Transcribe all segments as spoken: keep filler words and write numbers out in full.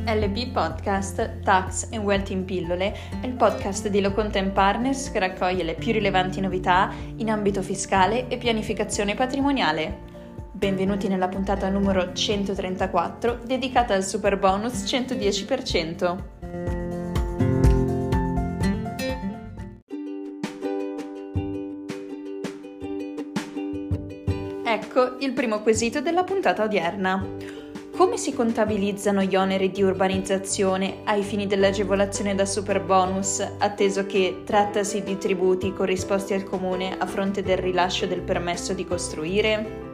L B Podcast Tax and Wealth in pillole è il podcast di Locontent Partners che raccoglie le più rilevanti novità in ambito fiscale e pianificazione patrimoniale. Benvenuti nella puntata numero centotrentaquattro dedicata al super bonus centodieci per cento. Ecco il primo quesito della puntata odierna. Come si contabilizzano gli oneri di urbanizzazione ai fini dell'agevolazione da superbonus, atteso che trattasi di tributi corrisposti al comune a fronte del rilascio del permesso di costruire?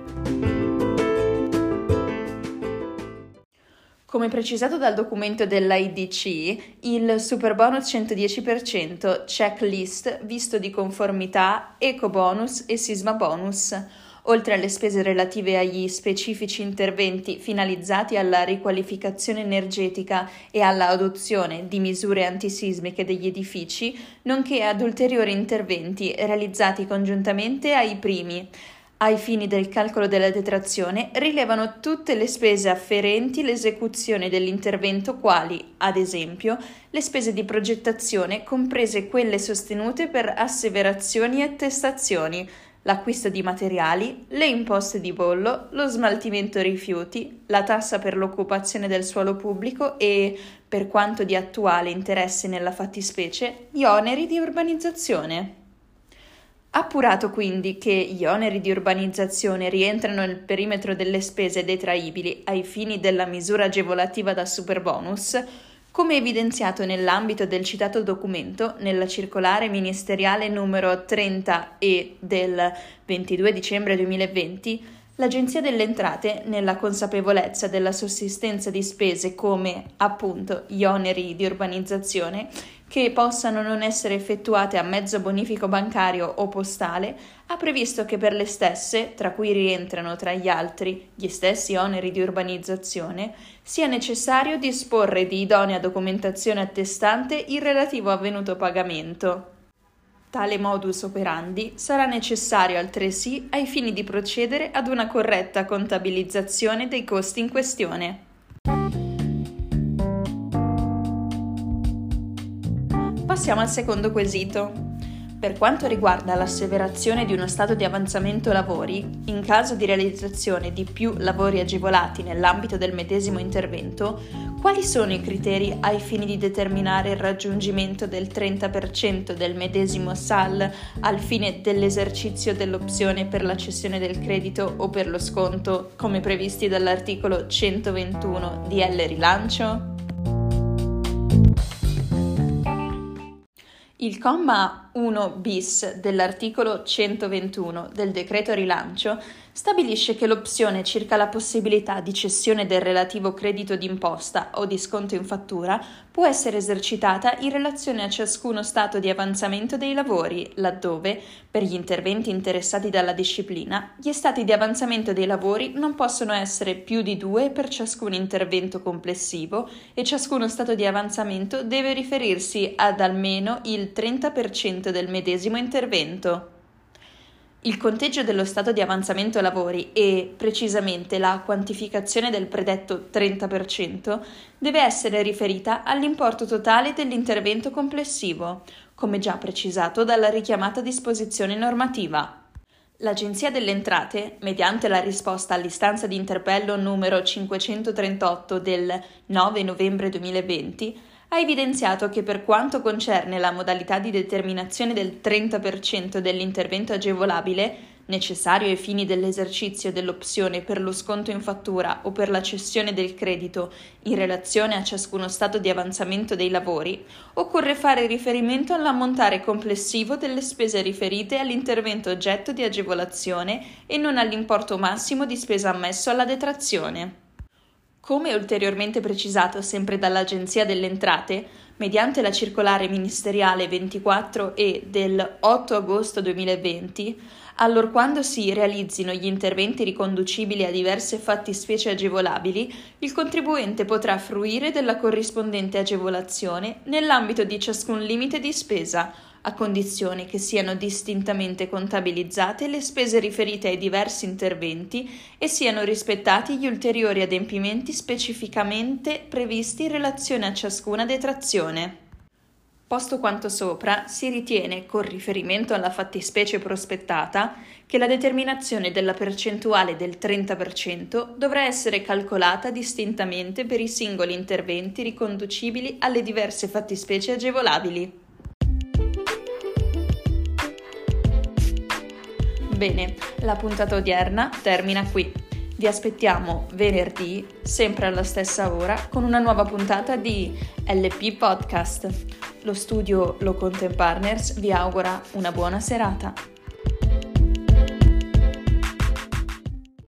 Come precisato dal documento dell'I D C, il superbonus centodieci per cento checklist visto di conformità, ecobonus e sisma bonus. Oltre alle spese relative agli specifici interventi finalizzati alla riqualificazione energetica e alla adozione di misure antisismiche degli edifici, nonché ad ulteriori interventi realizzati congiuntamente ai primi, ai fini del calcolo della detrazione, rilevano tutte le spese afferenti l'esecuzione dell'intervento quali, ad esempio, le spese di progettazione, comprese quelle sostenute per asseverazioni e attestazioni, l'acquisto di materiali, le imposte di bollo, lo smaltimento rifiuti, la tassa per l'occupazione del suolo pubblico e, per quanto di attuale interesse nella fattispecie, gli oneri di urbanizzazione. Appurato quindi che gli oneri di urbanizzazione rientrano nel perimetro delle spese detraibili ai fini della misura agevolativa da superbonus, come evidenziato nell'ambito del citato documento, nella circolare ministeriale numero trenta E del ventidue dicembre duemilaventi, l'Agenzia delle Entrate, nella consapevolezza della sussistenza di spese come, appunto, gli oneri di urbanizzazione, che possano non essere effettuate a mezzo bonifico bancario o postale, ha previsto che per le stesse, tra cui rientrano tra gli altri gli stessi oneri di urbanizzazione, sia necessario disporre di idonea documentazione attestante il relativo avvenuto pagamento. Tale modus operandi sarà necessario altresì ai fini di procedere ad una corretta contabilizzazione dei costi in questione. Passiamo al secondo quesito. Per quanto riguarda l'asseverazione di uno stato di avanzamento lavori, in caso di realizzazione di più lavori agevolati nell'ambito del medesimo intervento, quali sono i criteri ai fini di determinare il raggiungimento del trenta per cento del medesimo S A L al fine dell'esercizio dell'opzione per la cessione del credito o per lo sconto, come previsti dall'articolo centoventuno D L Rilancio? Il comma uno bis dell'articolo centoventuno del decreto rilancio stabilisce che l'opzione circa la possibilità di cessione del relativo credito d'imposta o di sconto in fattura può essere esercitata in relazione a ciascuno stato di avanzamento dei lavori, laddove, per gli interventi interessati dalla disciplina, gli stati di avanzamento dei lavori non possono essere più di due per ciascun intervento complessivo e ciascuno stato di avanzamento deve riferirsi ad almeno il trenta per cento del medesimo intervento. Il conteggio dello stato di avanzamento lavori e, precisamente, la quantificazione del predetto trenta per cento deve essere riferita all'importo totale dell'intervento complessivo, come già precisato dalla richiamata disposizione normativa. L'Agenzia delle Entrate, mediante la risposta all'istanza di interpello numero cinquecentotrentotto del nove novembre duemilaventi, ha evidenziato che per quanto concerne la modalità di determinazione del trenta per cento dell'intervento agevolabile, necessario ai fini dell'esercizio dell'opzione per lo sconto in fattura o per la cessione del credito in relazione a ciascuno stato di avanzamento dei lavori, occorre fare riferimento all'ammontare complessivo delle spese riferite all'intervento oggetto di agevolazione e non all'importo massimo di spesa ammesso alla detrazione. Come ulteriormente precisato sempre dall'Agenzia delle Entrate, mediante la circolare ministeriale ventiquattro E del otto agosto duemilaventi, allorquando si realizzino gli interventi riconducibili a diverse fattispecie agevolabili, il contribuente potrà fruire della corrispondente agevolazione nell'ambito di ciascun limite di spesa, a condizione che siano distintamente contabilizzate le spese riferite ai diversi interventi e siano rispettati gli ulteriori adempimenti specificamente previsti in relazione a ciascuna detrazione. Posto quanto sopra, si ritiene, con riferimento alla fattispecie prospettata, che la determinazione della percentuale del trenta per cento dovrà essere calcolata distintamente per i singoli interventi riconducibili alle diverse fattispecie agevolabili. Bene, la puntata odierna termina qui. Vi aspettiamo venerdì, sempre alla stessa ora, con una nuova puntata di L P Podcast. Lo studio Low Content Partners vi augura una buona serata.